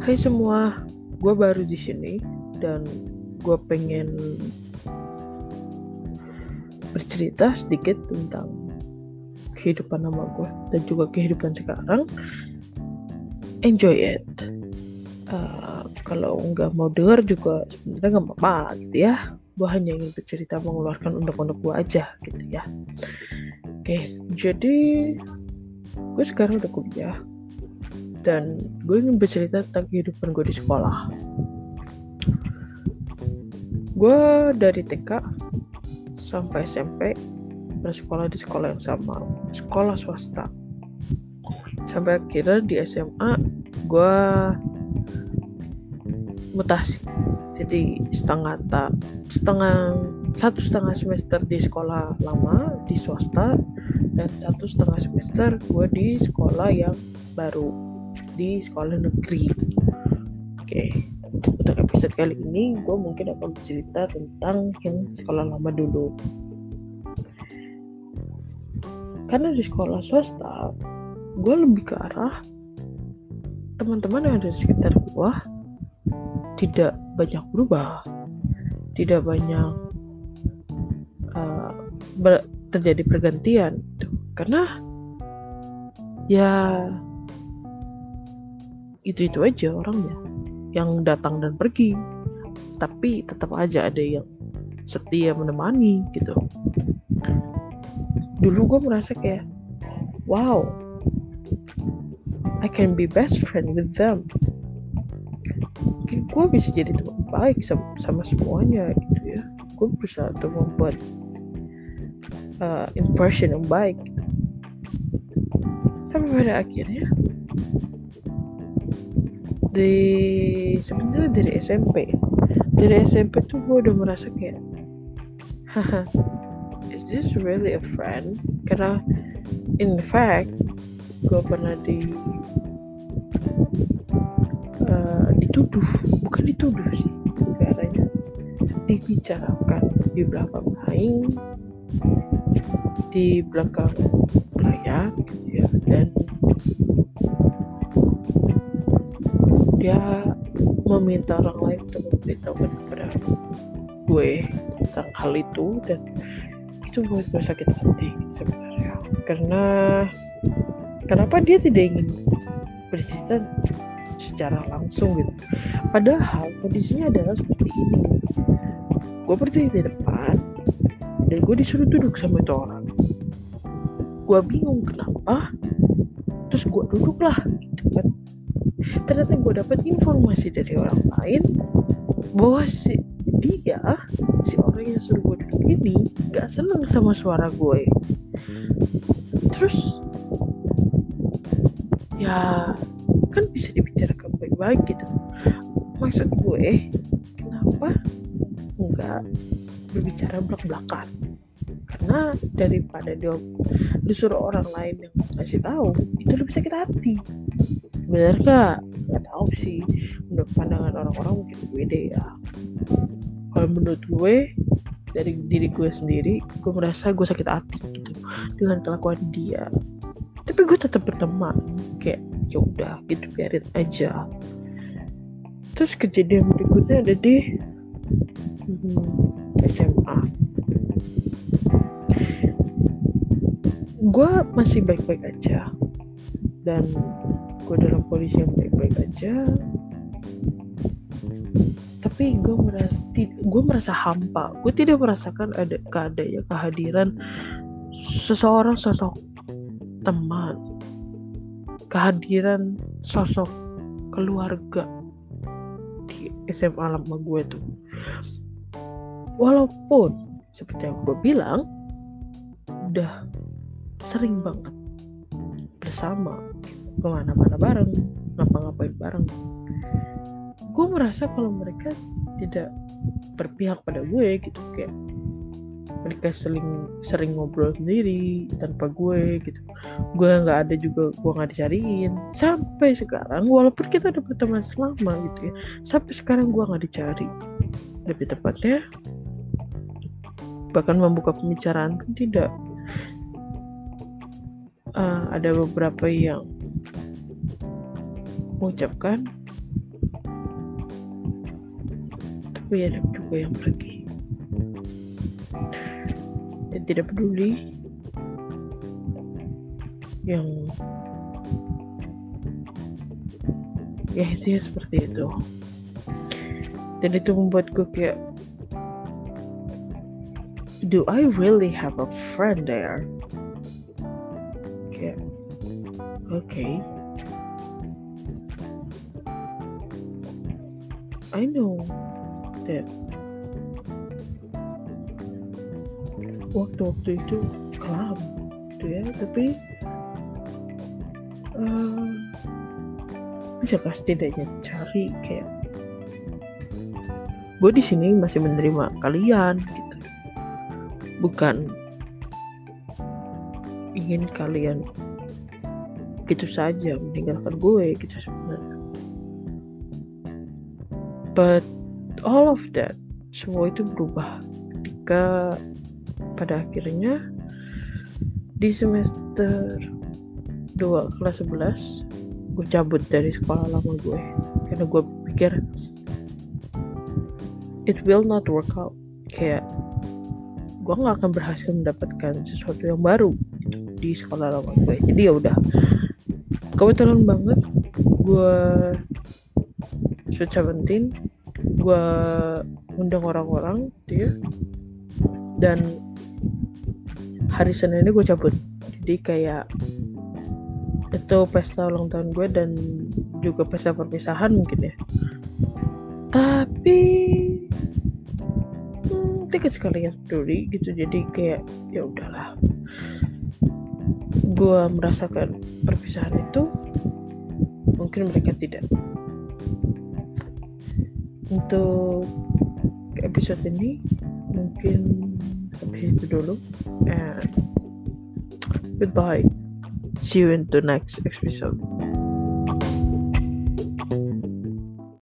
Hai semua, gue baru di sini dan gue pengen bercerita sedikit tentang kehidupan lama gue dan juga kehidupan sekarang. Enjoy it. Kalau nggak mau denger juga sebenarnya nggak apa-apa gitu ya. Gue hanya ingin bercerita mengeluarkan undang-undang gue aja gitu ya. Oke, jadi gue sekarang udah kuliah dan gue ingin bercerita tentang kehidupan gue di sekolah. Gue dari TK sampai SMP bersekolah di sekolah yang sama, sekolah swasta. Sampai akhirnya di SMA gue mutasi, jadi satu setengah semester di sekolah lama di swasta dan satu setengah semester gue di sekolah yang baru di sekolah negeri. Oke, untuk episode kali ini gue mungkin akan bercerita tentang yang sekolah lama dulu. Karena di sekolah swasta gue lebih ke arah teman-teman yang ada di sekitar gue tidak banyak berubah, tidak banyak terjadi pergantian, karena ya itu aja orangnya yang datang dan pergi, tapi tetap aja ada yang setia menemani gitu. Dulu gue merasa kayak wow, I can be best friend with them. Mungkin gue bisa jadi teman baik sama semuanya gitu ya. Gue berusaha untuk membuat impression yang baik gitu. Tapi pada akhirnya sebenarnya dari SMP tuh gue udah merasa kayak haha, is this really a friend? Karena in fact gue pernah dituduh sih negaranya, dibicarakan di belakang aing, di belakang layar gitu ya, dan dia meminta orang lain untuk memberitahukan kepada gue tentang hal itu, dan itu buat gue sakit hati sebenarnya. Karena kenapa dia tidak ingin bercerita secara langsung gitu, padahal kondisinya adalah seperti ini. Gue berdiri di depan dan gue disuruh duduk sama itu orang. Gue bingung kenapa, terus gue duduk lah gitu kan. Ternyata gue dapat informasi dari orang lain bahwa si orang yang suruh gue duduk ini gak seneng sama suara gue. Terus ya kan bisa dibicarakan baik-baik gitu. Maksud gue, kenapa enggak berbicara belak-belakan? Karena daripada dia disuruh orang lain yang ngasih tahu, itu lebih sakit hati. Bener gak? Gak tahu sih. Menurut pandangan orang-orang mungkin beda ya. Kalau menurut gue, dari diri gue sendiri, gue merasa gue sakit hati gitu dengan kelakuan dia. Tapi gue tetap berteman, kayak ya udah gitu, biarin aja. Terus kejadian berikutnya ada di SMA. Gue masih baik-baik aja dan gue dalam kondisi yang baik-baik aja, tapi gue merasa hampa. Gue tidak merasakan ada kehadiran seseorang, sosok teman, kehadiran sosok keluarga di SMA lama gue tuh. Walaupun seperti yang gue bilang udah sering banget bersama, kemana-mana bareng, ngapa-ngapain bareng, gue merasa kalau mereka tidak berpihak pada gue gitu, kayak mereka sering ngobrol sendiri tanpa gue gitu. Gue nggak ada juga, gue nggak dicariin sampai sekarang. Walaupun kita udah berteman selama gitu ya, sampai sekarang gue nggak dicari. Lebih tepatnya bahkan membuka pembicaraan pun tidak. Ada beberapa yang mengucapkan tapi ada juga yang pergi. Dan tidak peduli yang ya itu ya seperti itu. Dan itu membuat gue kayak, do I really have a friend there? Kayak, okay, I know that waktu-waktu itu kelam gitu ya, tapi bisa gak setidaknya cari kayak, gue di sini masih menerima kalian gitu, bukan ingin kalian gitu saja meninggalkan gue gitu sebenarnya. But all of that, semua itu berubah ketika pada akhirnya di semester 2 kelas 11 gue cabut dari sekolah lama gue karena gue pikir it will not work out, kayak gue nggak akan berhasil mendapatkan sesuatu yang baru gitu di sekolah lama gue. Jadi ya udah, kebetulan banget gue Sweet 17, gue undang orang-orang gitu ya, dan hari Senin ini gue cabut. Jadi kayak itu pesta ulang tahun gue dan juga pesta perpisahan mungkin ya. Tapi dikit sekali yang peduli gitu. Jadi kayak ya udahlah, gue merasakan perpisahan itu, mungkin mereka tidak. Untuk episode ini mungkin habis itu dulu, and goodbye, see you in the next episode.